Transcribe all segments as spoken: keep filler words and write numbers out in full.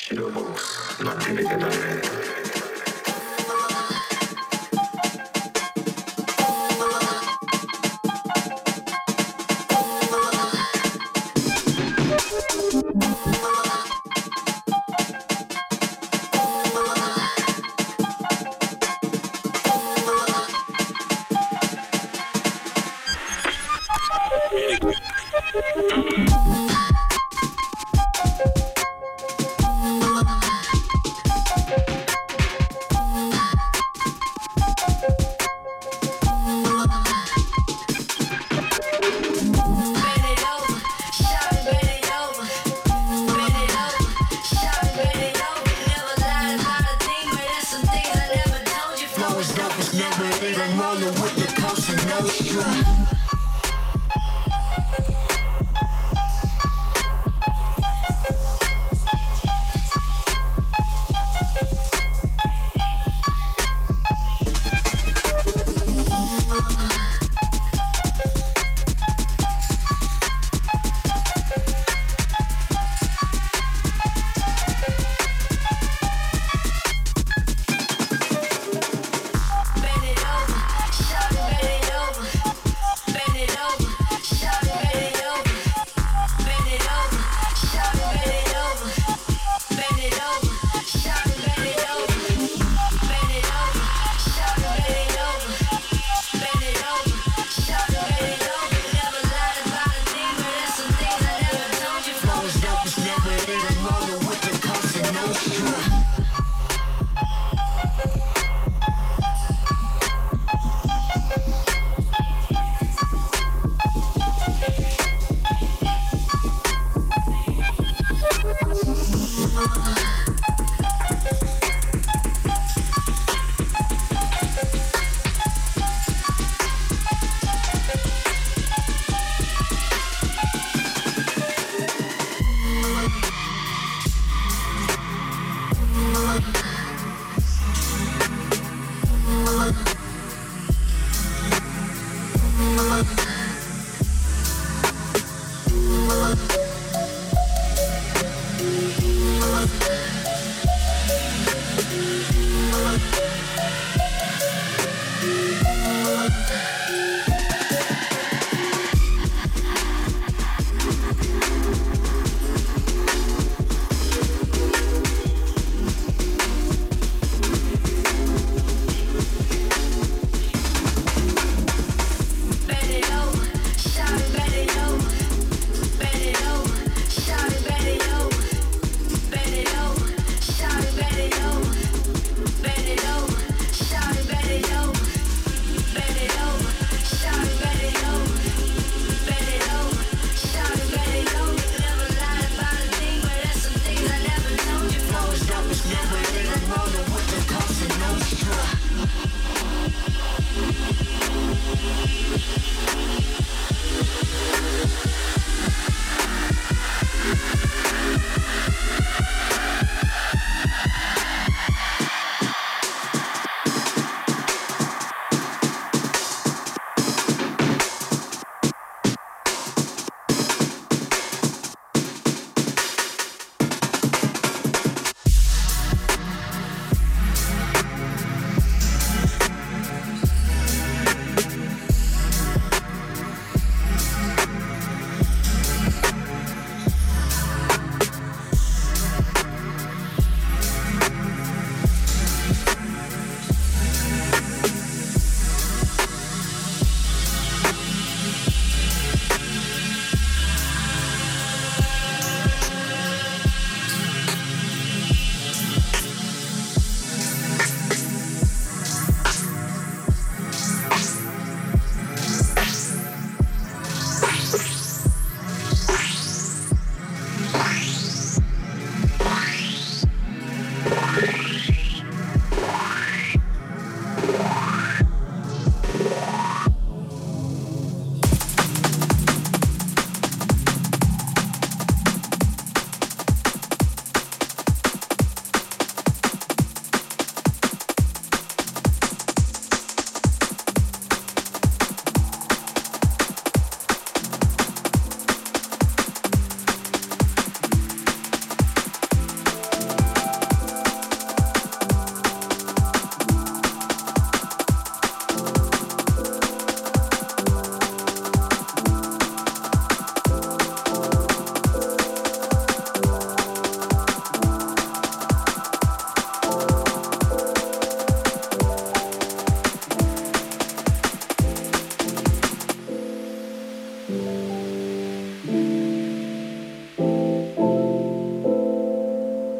Shadowbox, non ti vede da me.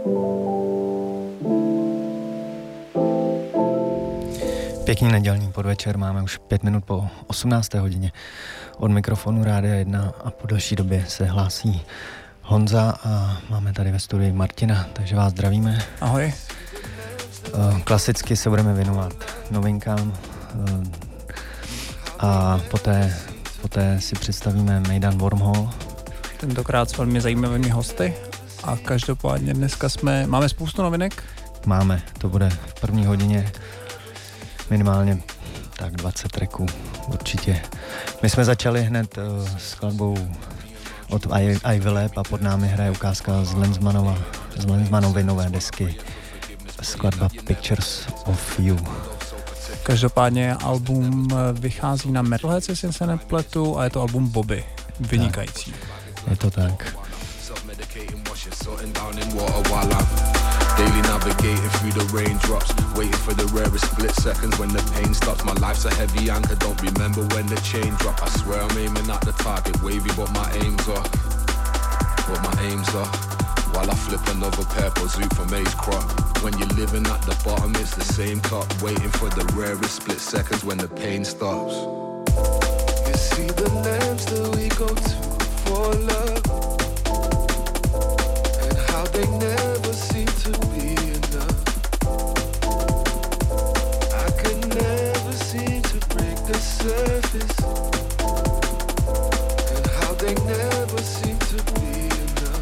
Pěkný nedělní podvečer, máme už pět minut po osmnácté hodině. Od mikrofonu Rádia jedna a po další době se hlásí Honza a máme tady ve studiu Martina, takže vás zdravíme. Ahoj. Klasicky se budeme věnovat novinkám a poté, poté si představíme Mejdan Wormhole. Tentokrát s velmi zajímavými hosty a každopádně dneska jsme, máme spoustu novinek. Máme, to bude v první hodině minimálně tak dvacet tracků určitě. My jsme začali hned uh, s skladbou od Ivy Lab a pod námi hraje ukázka z Lenzmanova, z Lenzmanovy nové desky, skladba Pictures of You. Každopádně album vychází na Metalheads, jestli se nepletu, a je to album Bobby. Vynikající. Tak, je to tak. Daily navigating through the raindrops, waiting for the rarest split seconds when the pain stops. My life's a heavy anchor, don't remember when the chain drop. I swear I'm aiming at the target, wavy but my aims are, but my aims are. While I flip another purple zoot from Ace Crop. When you're living at the bottom, it's the same top, waiting for the rarest split seconds when the pain stops. You see the lamps that we go to for love, and how they never seem to be enough. I could never seem to break the surface, and how they never seem to be enough.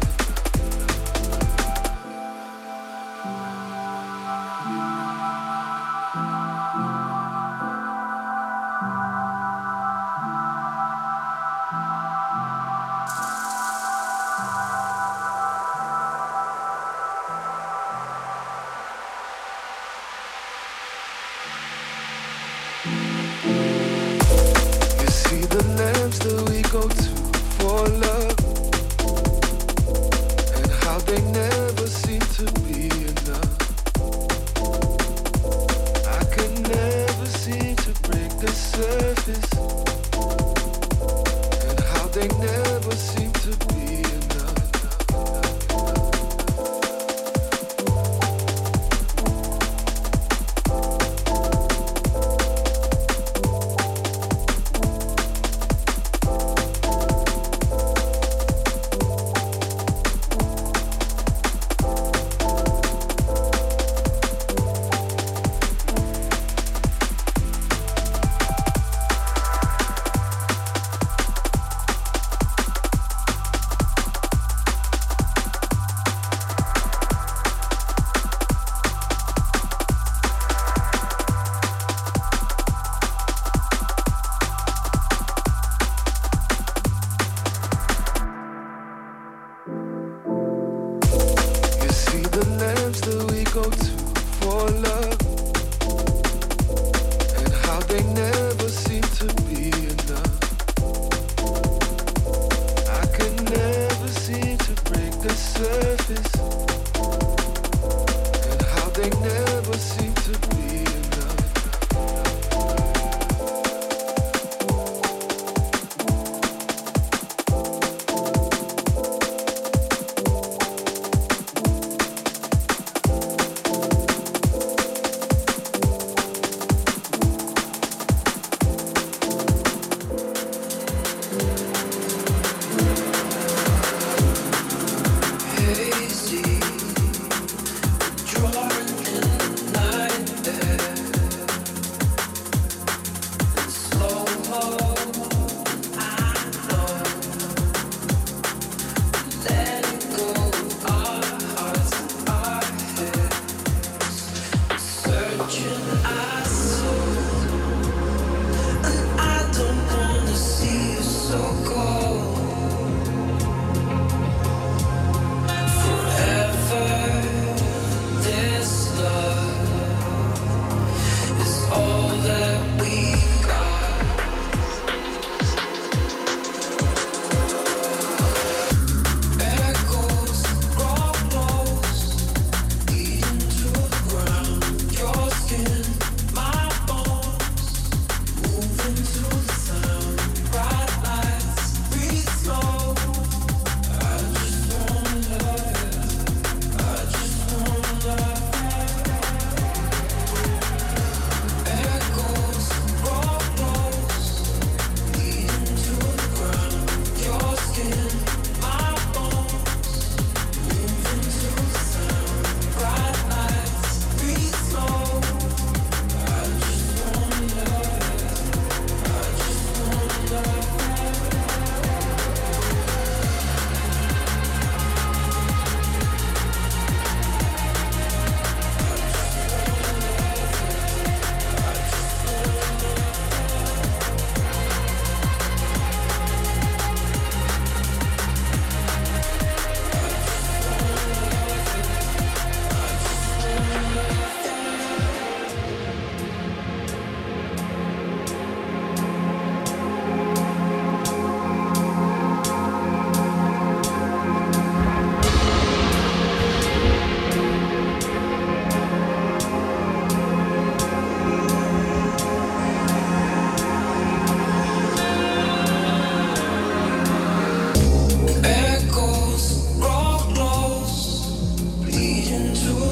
Drawing in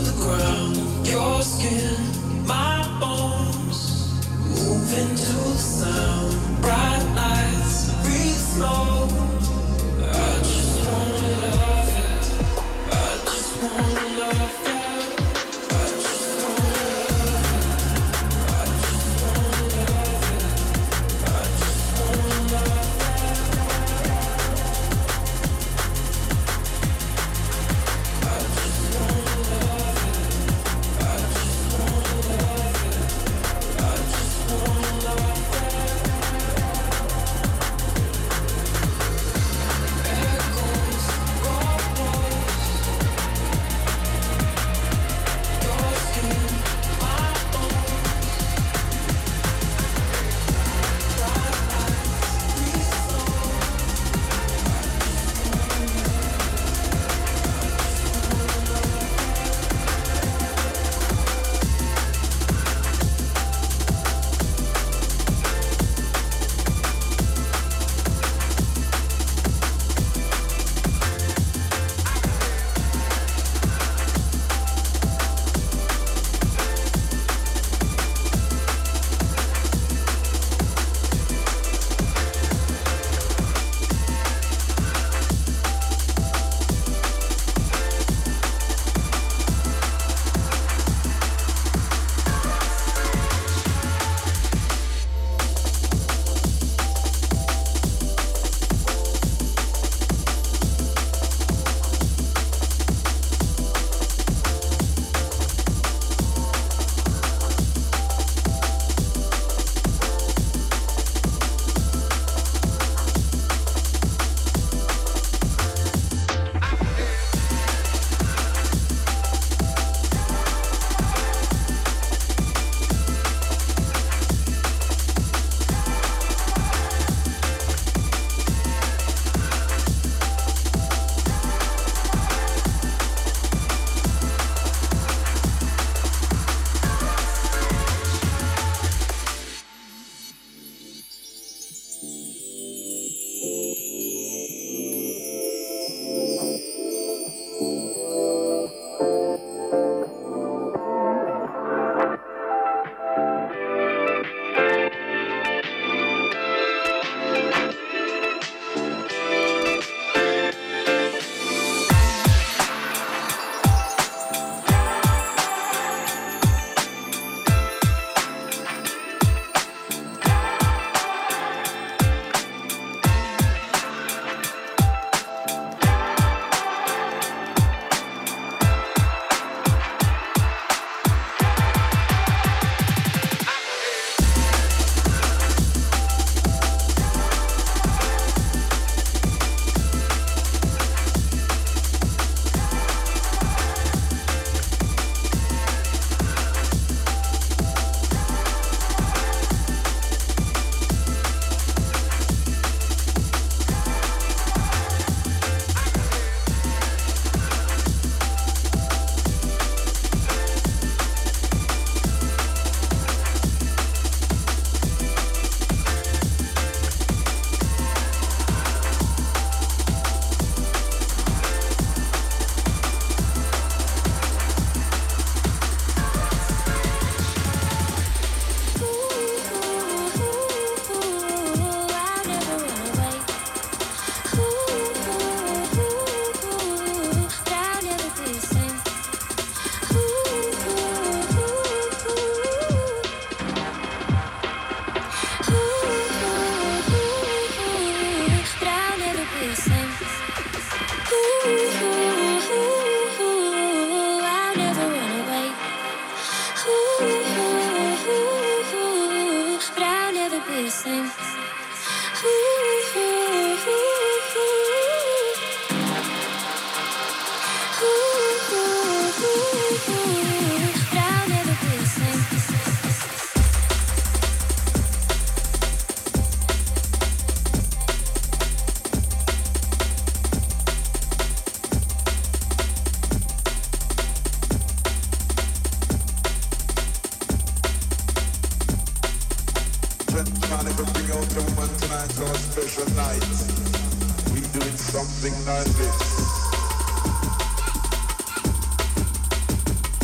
Something like this.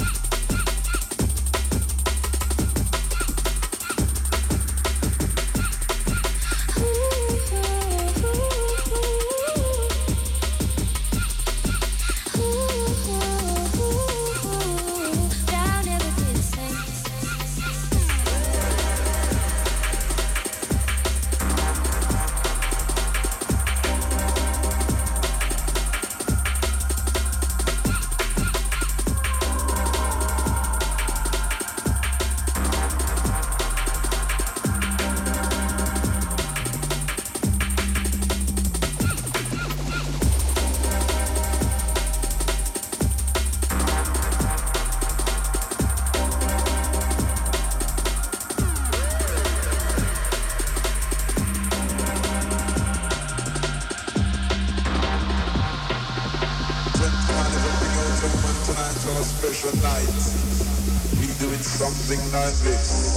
special night. We doing something like this.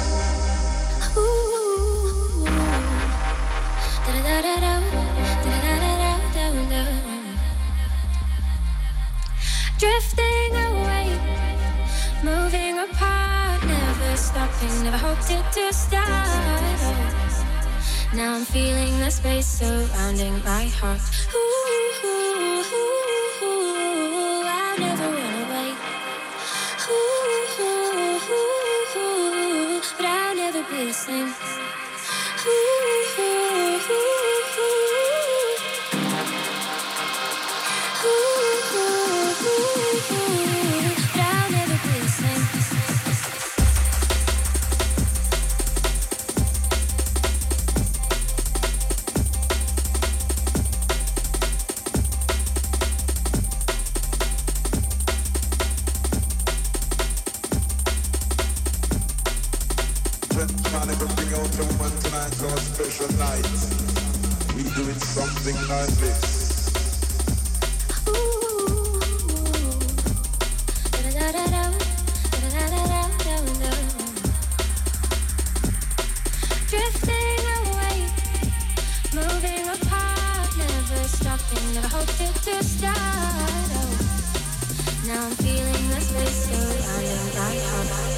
Ooh, da-da-da-da-da, da-da-da-da-da-da. Drifting away, moving apart, never stopping, never hoped it to start. Now I'm feeling the space surrounding my heart. Ooh, ooh, ooh, ooh, I'll never run away. Ooh, ooh, ooh, ooh, but I'll never be the same. Ooh, ooh, ooh, ooh. Ooh, ooh, ooh, ooh, but I'll never be the same. Trying to bring out the woman tonight, our special night. We doing something like this. Drifting away, moving apart, never stopping, never hoped it to start. Oh, now I'm feeling the space surrounding my heart.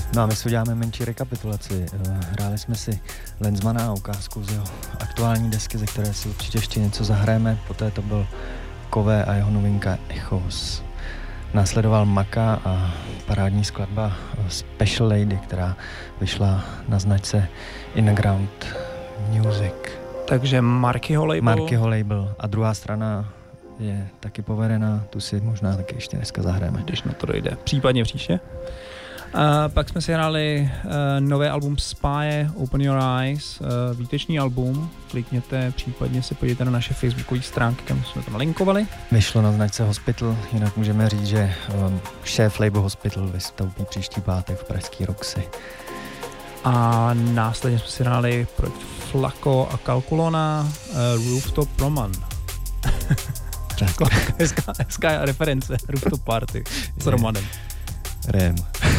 No a my si uděláme menší rekapitulaci. Hráli jsme si Lenzmana a ukázku z jeho aktuální desky, ze které si určitě ještě něco zahrajeme. Poté to byl Kové a jeho novinka Echos. Následoval Maka a parádní skladba Special Lady, která vyšla na značce In the Ground Music. Takže Markyho label. Markyho label. A druhá strana je taky povedená, tu si možná taky ještě dneska zahrajeme. Když na to dojde. Případně příště. Uh, pak jsme si hráli uh, nové album Spy, Open Your Eyes, uh, výtečný album, klikněte, případně se podívejte na naše facebookové stránky, kam jsme to nalinkovali. Vyšlo na značce Hospital, jinak můžeme říct, že um, šéf label Hospital vystoupí příští pátek v pražský Roxy. A následně jsme si hráli projekt Flako a Kalkulona, uh, Rooftop Roman. hezká, hezká reference, Rooftop Party s Romanem. Rém.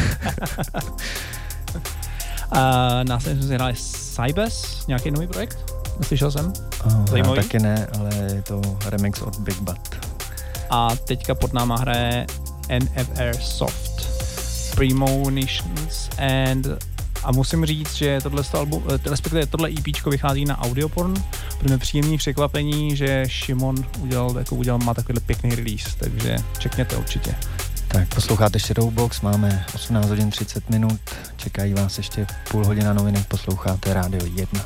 A následně jsme si hráli Cybes, nějaký nový projekt? Slyšel jsem? Oh, Zajímavý? Já taky ne, ale je to remix od Big Bad. A teďka pod náma hraje N F R Soft, Premonitions and a musím říct, že tohle album, respektive tohle EPčko vychází na Audioporn, protože příjemný překvapení, že Šimon udělal, jako udělal, má takovýhle pěkný release, takže čekněte určitě. Tak posloucháte Shadowbox, máme osmnáct hodin třicet minut, čekají vás ještě půl hodina novinek, posloucháte Rádio jedna.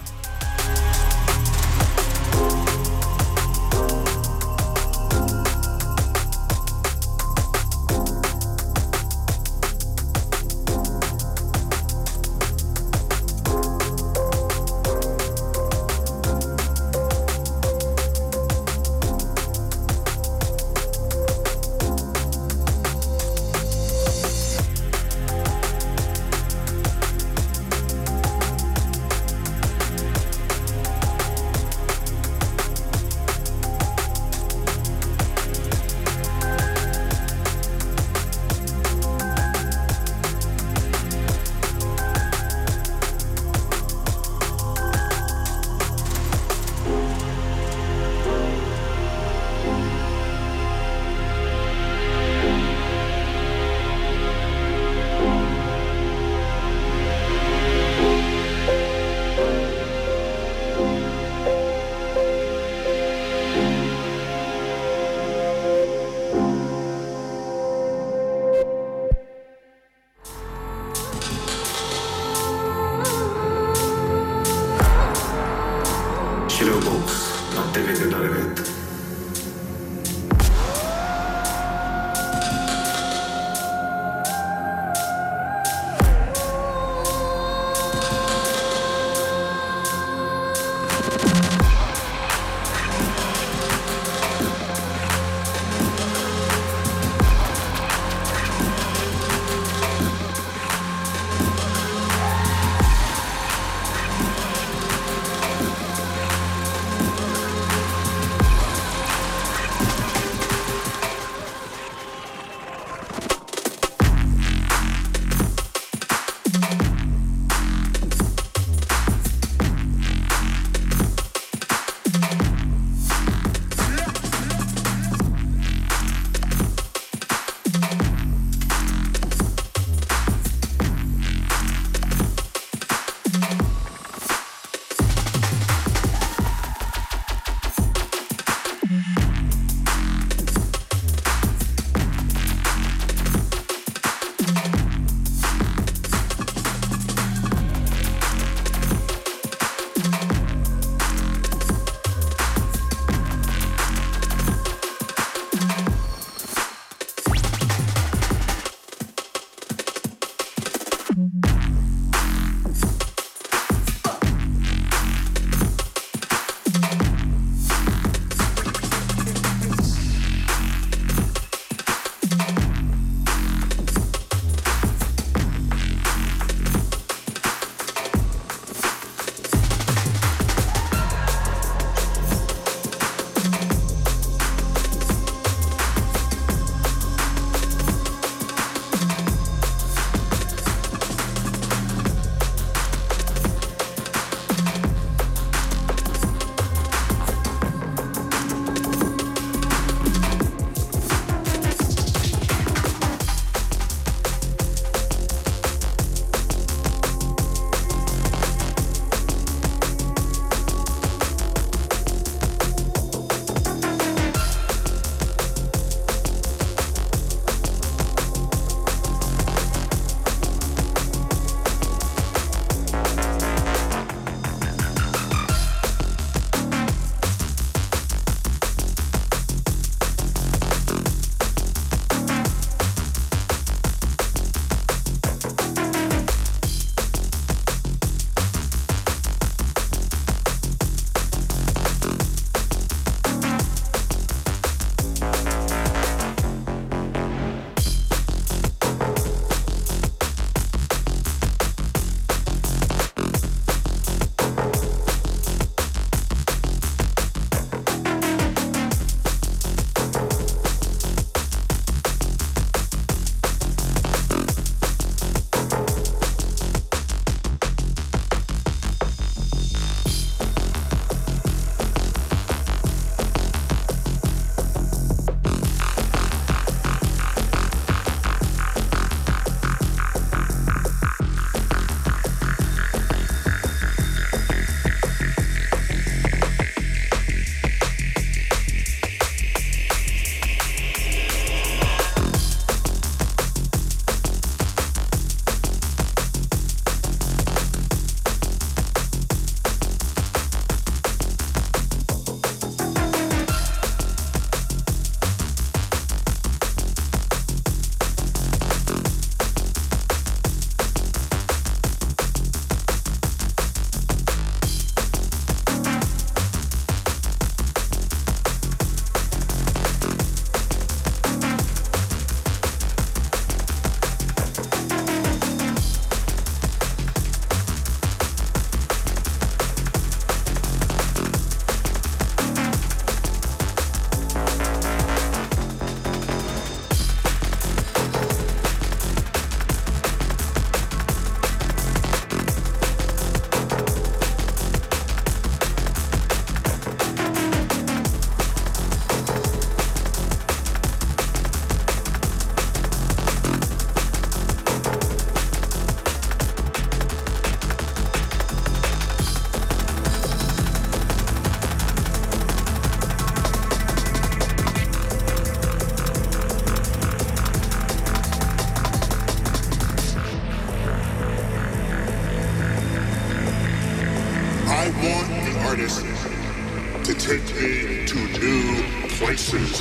want the artist to take me to new places.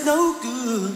no good.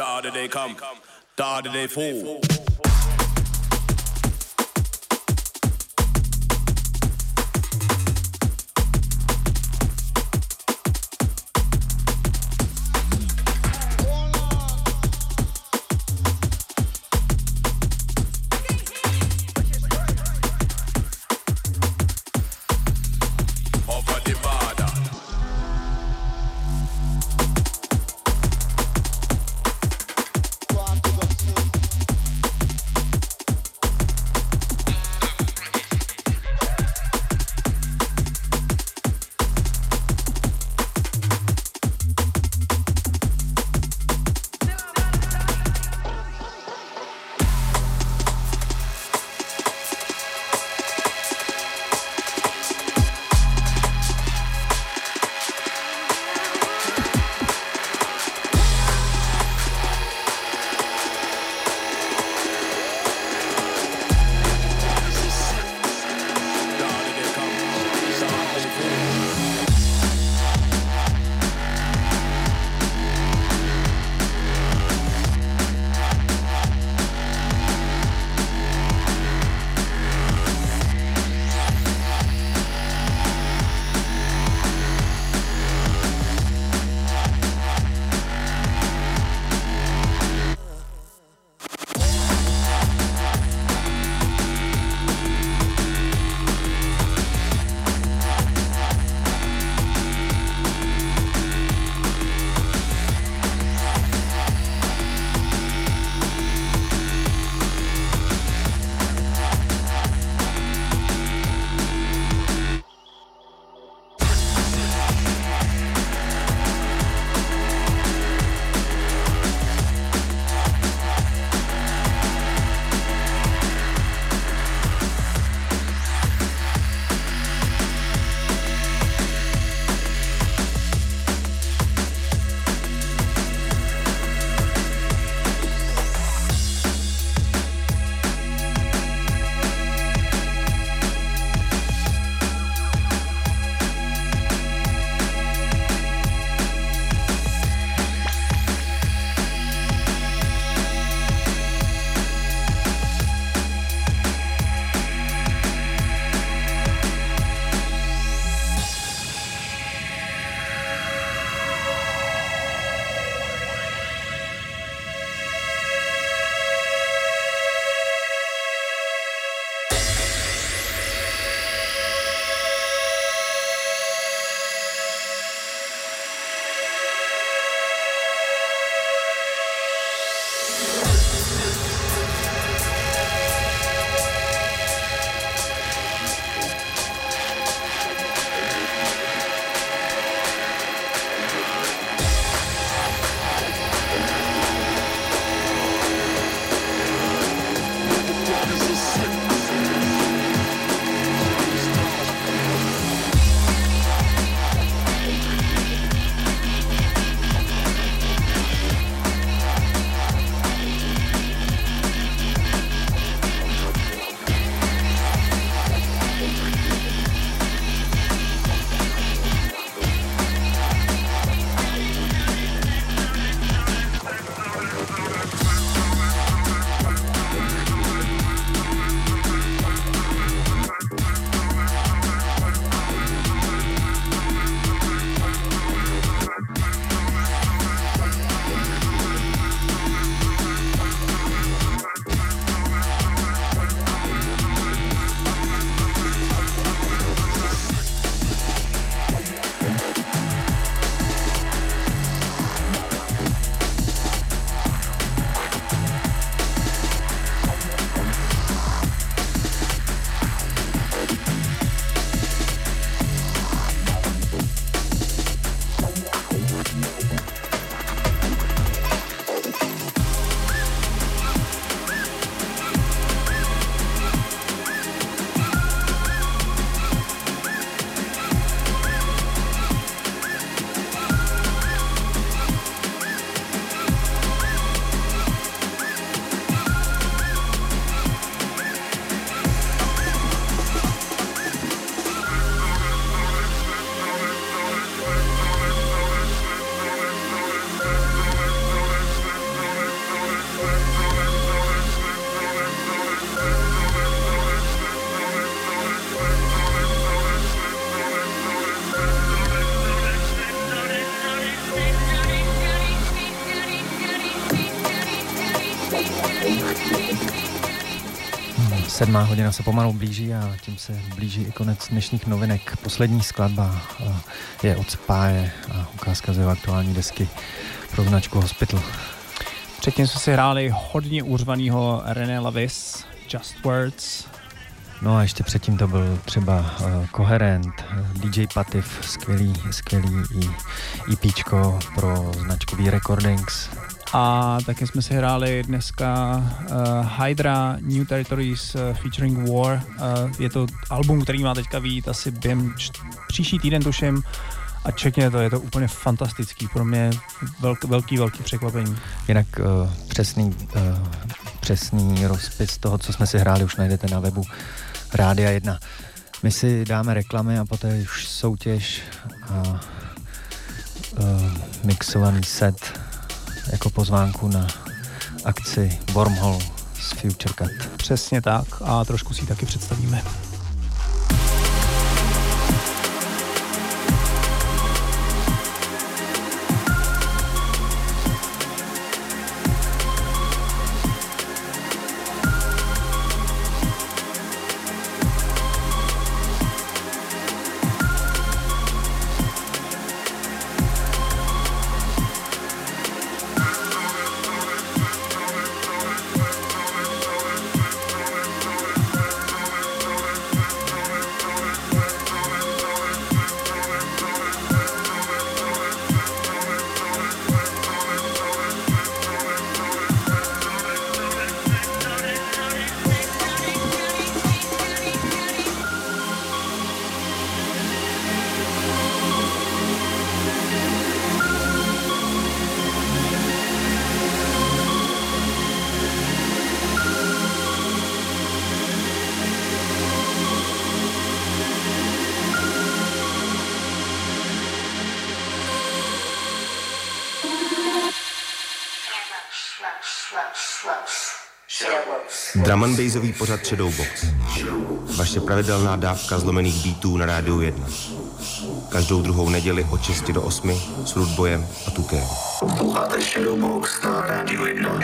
harder they come, the harder they fall. Sedmá hodina se pomalu blíží a tím se blíží i konec dnešních novinek. Poslední skladba je od Spáje a ukázka z jeho aktuální desky pro značku Hospital. Předtím jsme si hráli hodně uřvanýho René Lavis, Just Words. No a ještě předtím to byl třeba uh, Coherent, D J Pativ, skvělý, skvělý EPčko pro značku V Recordings. A také jsme si hráli dneska uh, Hydra New Territories uh, featuring War. Uh, je to album, který má teďka vyjít asi během č- příští týden, tuším. A čekně to, je to úplně fantastický. Pro mě velk, velký, velký překvapení. Jinak uh, přesný, uh, přesný rozpis toho, co jsme si hráli, už najdete na webu Rádia jedna. My si dáme reklamy a poté už soutěž a uh, mixovaný set jako pozvánku na akci Wormhole z Future Cut. Přesně tak a trošku si ji taky představíme. Drum and bassový pořad Shadowbox. Vaše pravidelná dávka zlomených beatů na Rádiu jedna. Každou druhou neděli od šesti do osmi s Rudboyem a Tukem. Posloucháte Shadowbox na Rádiu jedna.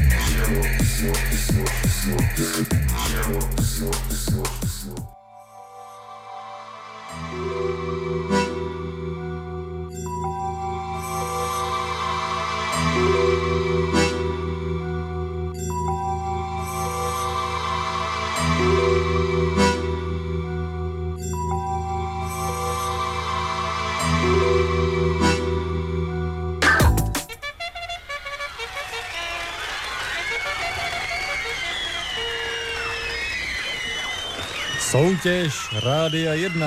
Soutěž Rádia jedna.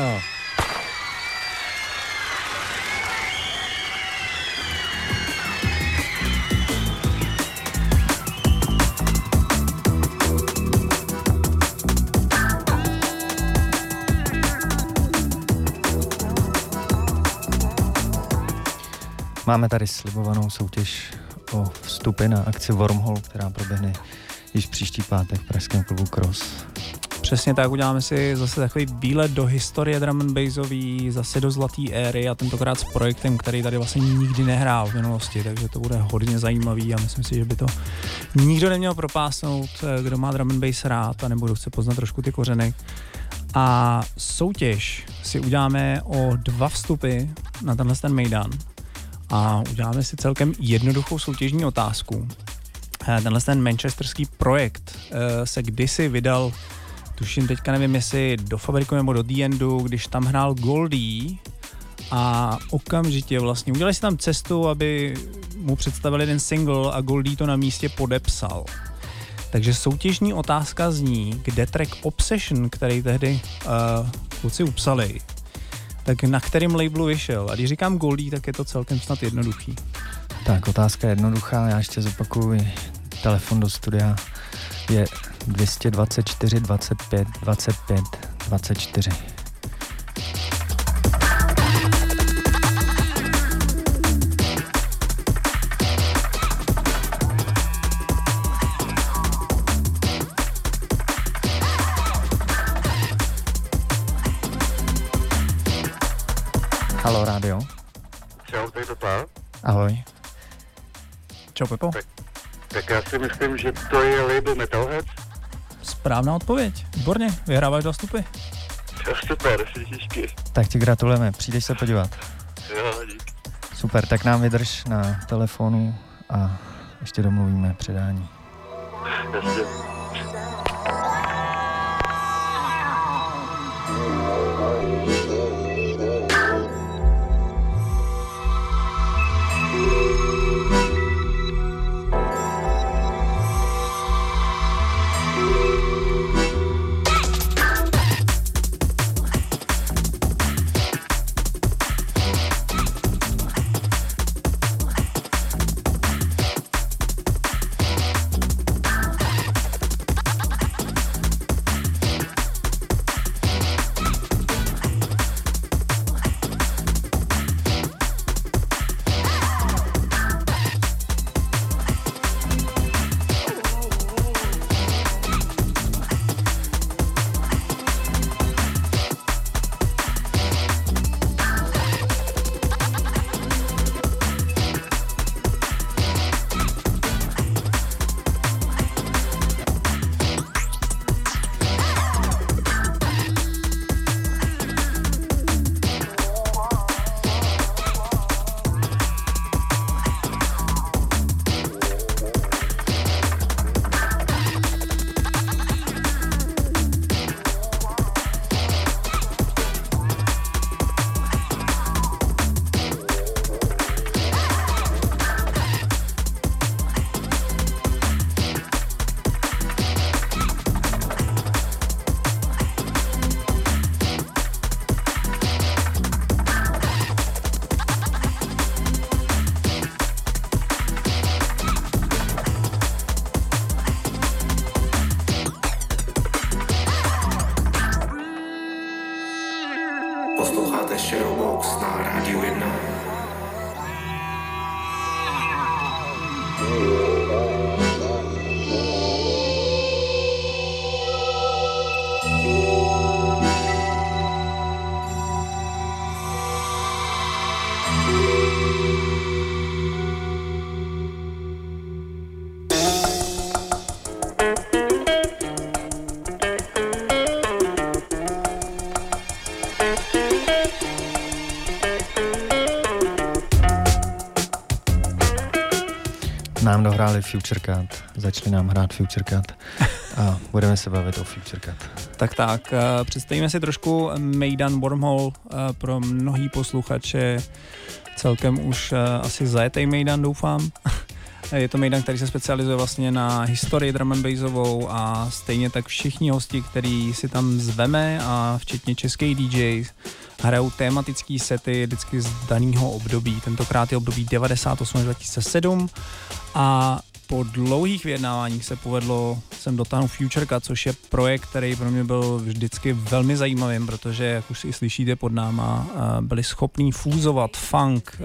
Máme tady slibovanou soutěž o vstupy na akci Wormhole, která proběhne již příští pátek v pražském klubu Cross. Přesně tak, uděláme si zase takový výlet do historie drum and bassový, zase do zlatý éry a tentokrát s projektem, který tady vlastně nikdy nehrál v minulosti, takže to bude hodně zajímavý a myslím si, že by to nikdo neměl propásnout, kdo má drum and bass rád a nebo kdo chce poznat trošku ty kořeny. A soutěž si uděláme o dva vstupy na tenhle ten mejdan a uděláme si celkem jednoduchou soutěžní otázku. Tenhle ten manchesterský projekt se kdysi vydal, tuším teďka nevím, jestli do Fabriku nebo do The Endu, když tam hrál Goldie a okamžitě vlastně udělali si tam cestu, aby mu představili ten single a Goldie to na místě podepsal. Takže soutěžní otázka zní, kde track Obsession, který tehdy uh, kluci upsali, tak na kterým labelu vyšel. A když říkám Goldie, tak je to celkem snad jednoduchý. Tak, otázka je jednoduchá, já ještě zopakuju, telefon do studia je dvě stě dvacet čtyři dvacet pět dvacet pět dvacet čtyři. Haló, rádio. Čau, tady Pepa. Ahoj. Čau, Pepo. Tak, tak já si myslím, že to je label Metalhead. správná odpověď. Výborně, vyhráváš dva vstupy. Jo, super, díky. Tak ti gratulujeme, přijdeš se podívat. Jo, díky. Super, tak nám vydrž na telefonu a ještě domluvíme předání. Jasně. Posloucháte Shadowbox na Rádiu jedna. Nám dohráli FutureCat, začali nám hrát FutureCat a budeme se bavit o FutureCat. Tak tak, představíme si trošku Mejdan Wormhole, pro mnohý posluchače celkem už asi zajetej Mejdan, doufám. Je to Mejdan, který se specializuje vlastně na historii drum and bassovou a stejně tak všichni hosti, který si tam zveme a včetně českých D Js, hrajou tematický sety vždycky z daného období. Tentokrát je období devadesát osm až dva tisíce sedm a po dlouhých vyjednáváních se povedlo sem dotáhnout FutureCat, což je projekt, který pro mě byl vždycky velmi zajímavým, protože, jak už si slyšíte pod náma, byli schopní fúzovat funk,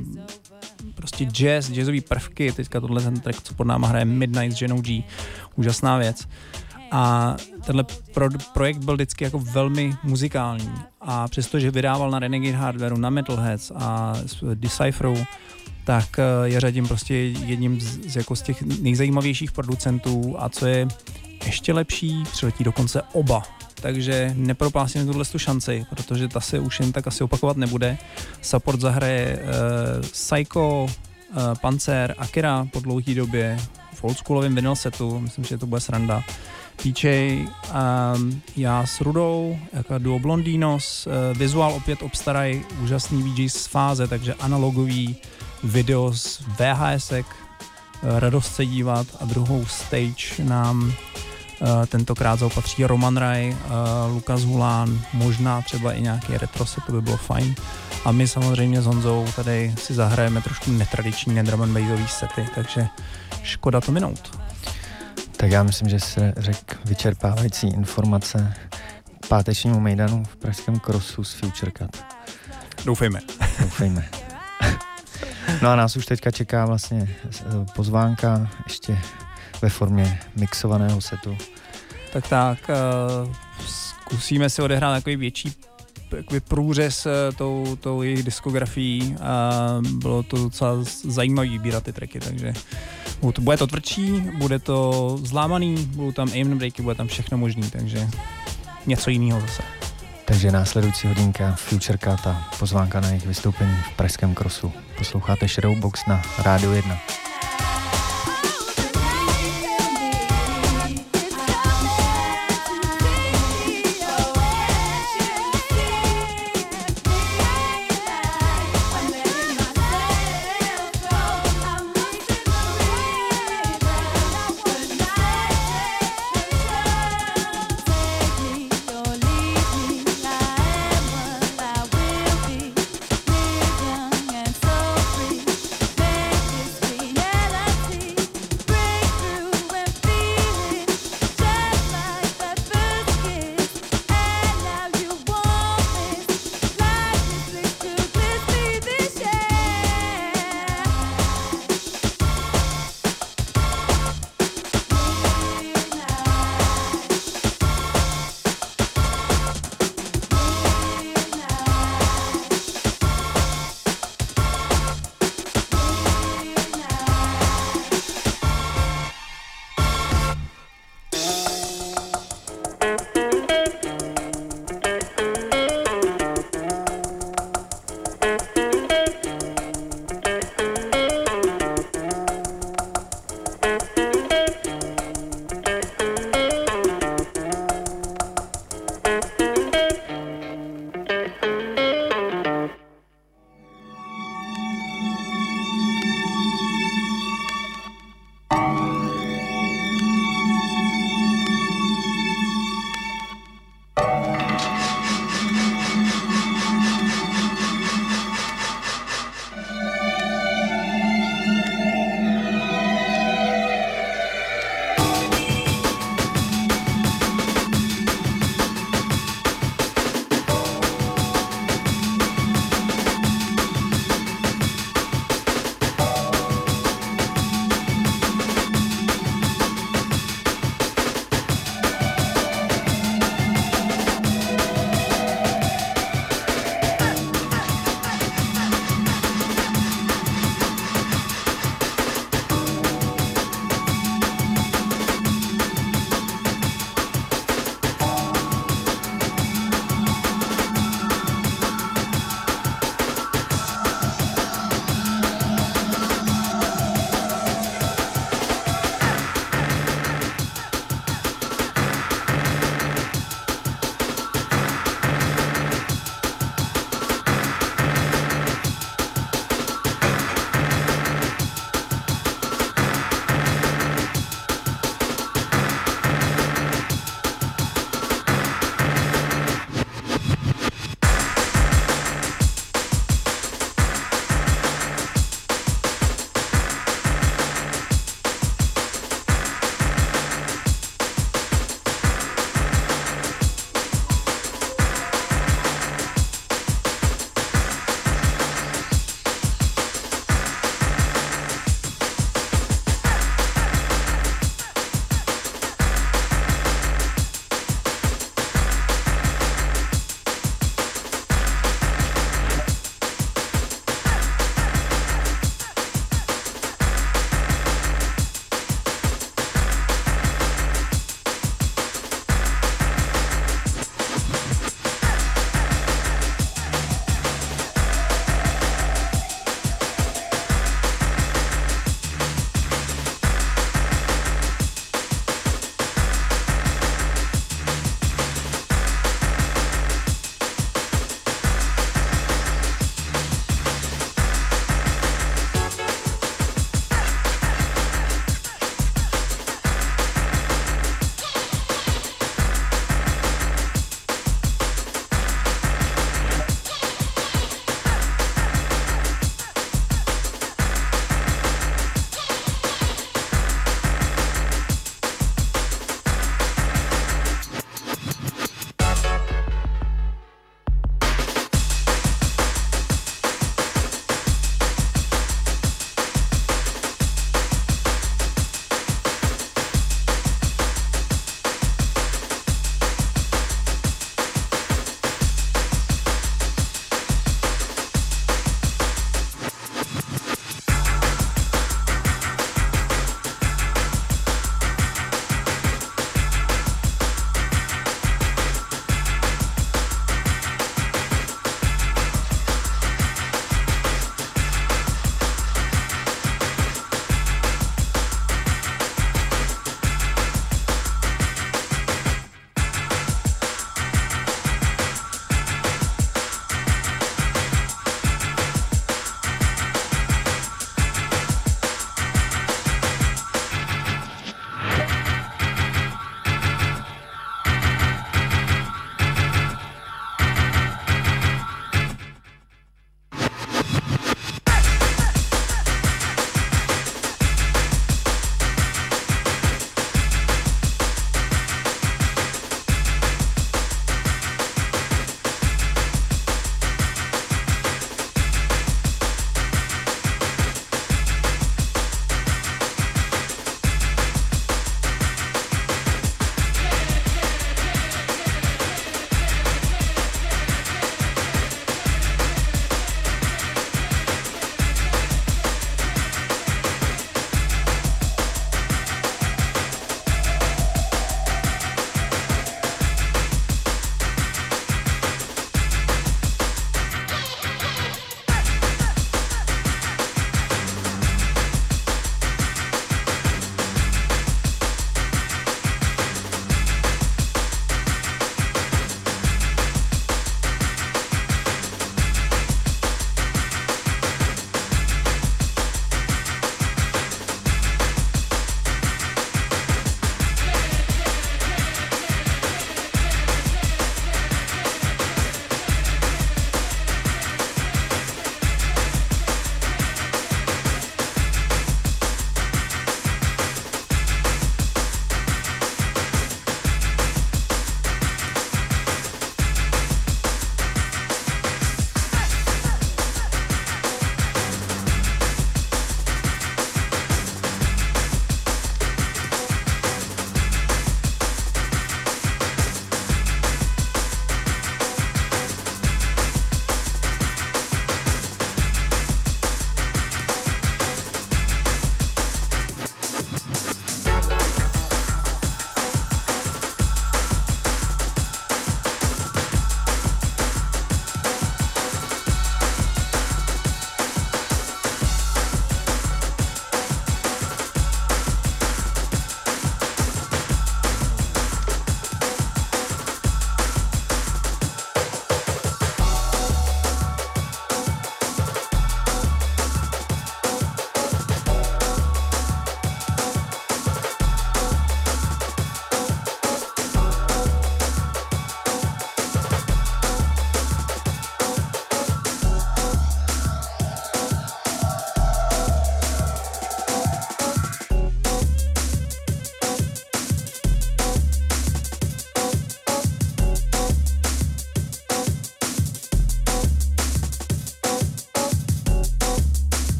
prostě jazz, jazzový prvky. Teďka tohle ten track, co pod náma hraje Midnight s Genou G, úžasná věc. A tenhle pro, projekt byl vždycky jako velmi muzikální a přestože vydával na Renegade Hardwareu, na Metalheads a Decipheru, tak je řadím prostě jedním z, z, jako z těch nejzajímavějších producentů a co je ještě lepší, přiletí dokonce oba. Takže nepropásíme tuhle tu šanci, protože ta se už jen tak asi opakovat nebude. Support zahraje uh, Psycho, uh, Panzer, Akira po dlouhé době v oldsschoolovém vinyl setu, myslím, že to bude sranda. P J, um, já s Rudou, jako duo Blondinos, uh, vizuál opět obstarají úžasný V J z fáze, takže analogový video z V H S ek, uh, radost se dívat a druhou stage nám uh, tentokrát zaopatří Roman Raj, uh, Lukas Hulán, možná třeba i nějaký retro set, to by bylo fajn. A my samozřejmě s Honzou tady si zahrajeme trošku netradiční nedrum and bassový sety, takže škoda to minout. Tak já myslím, že se řekl vyčerpávající informace k pátečnímu mejdanu v pražském Crossu s FutureCat. Doufejme. Doufejme. No a nás už teďka čeká vlastně pozvánka ještě ve formě mixovaného setu. Tak tak, uh, zkusíme si odehrát takový větší jakoby průřez tou, tou jejich diskografií a bylo to docela zajímavý vybírat ty tracky, takže bude to tvrdší, bude to zlámaný, budou tam aim breaky, bude tam všechno možný, takže něco jiného zase. Takže následující hodinka Future Cut a pozvánka na jejich vystoupení v pražském Crossu. Posloucháte Shadowbox na Rádiu jedna. Young and so free, make this be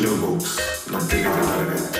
Shadowbox na devět devět.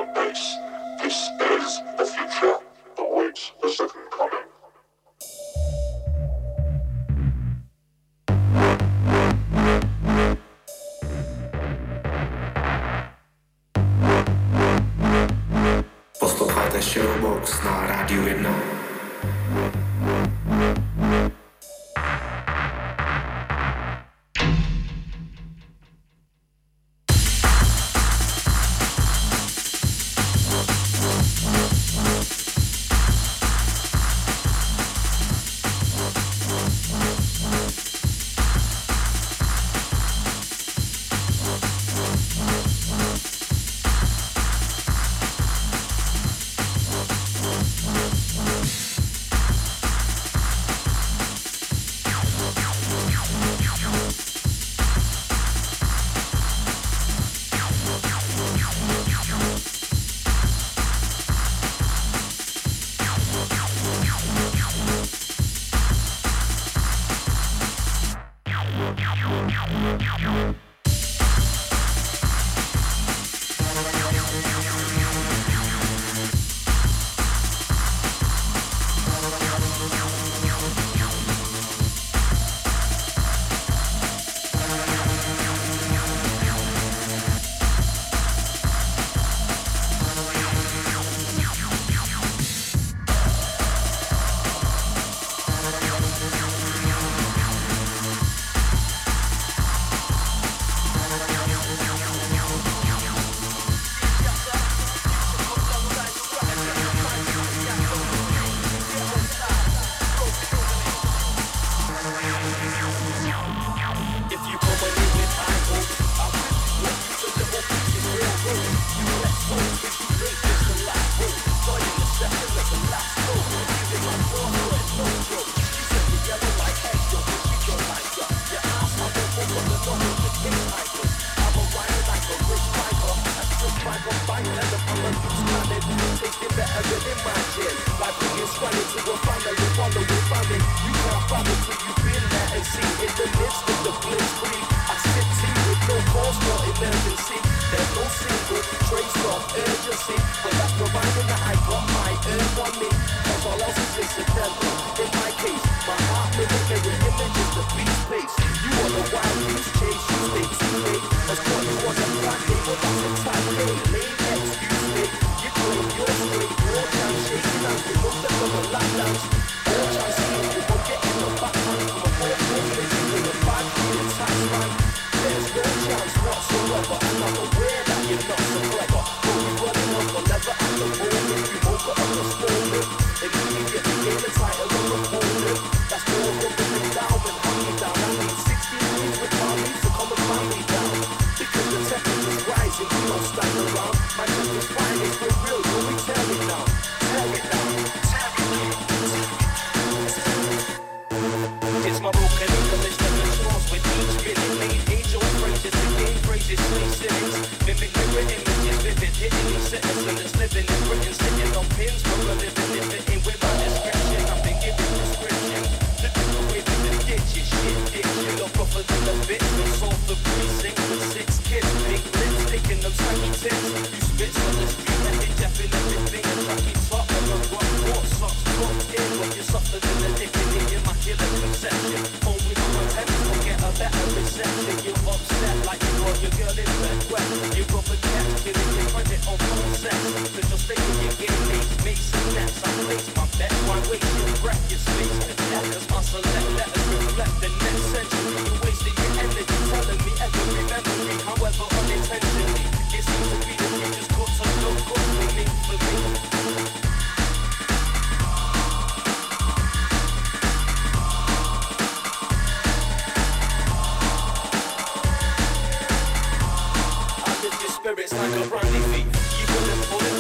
Showbox na Rádiu jedna. Spirits like a brandy thief. You couldn't pull it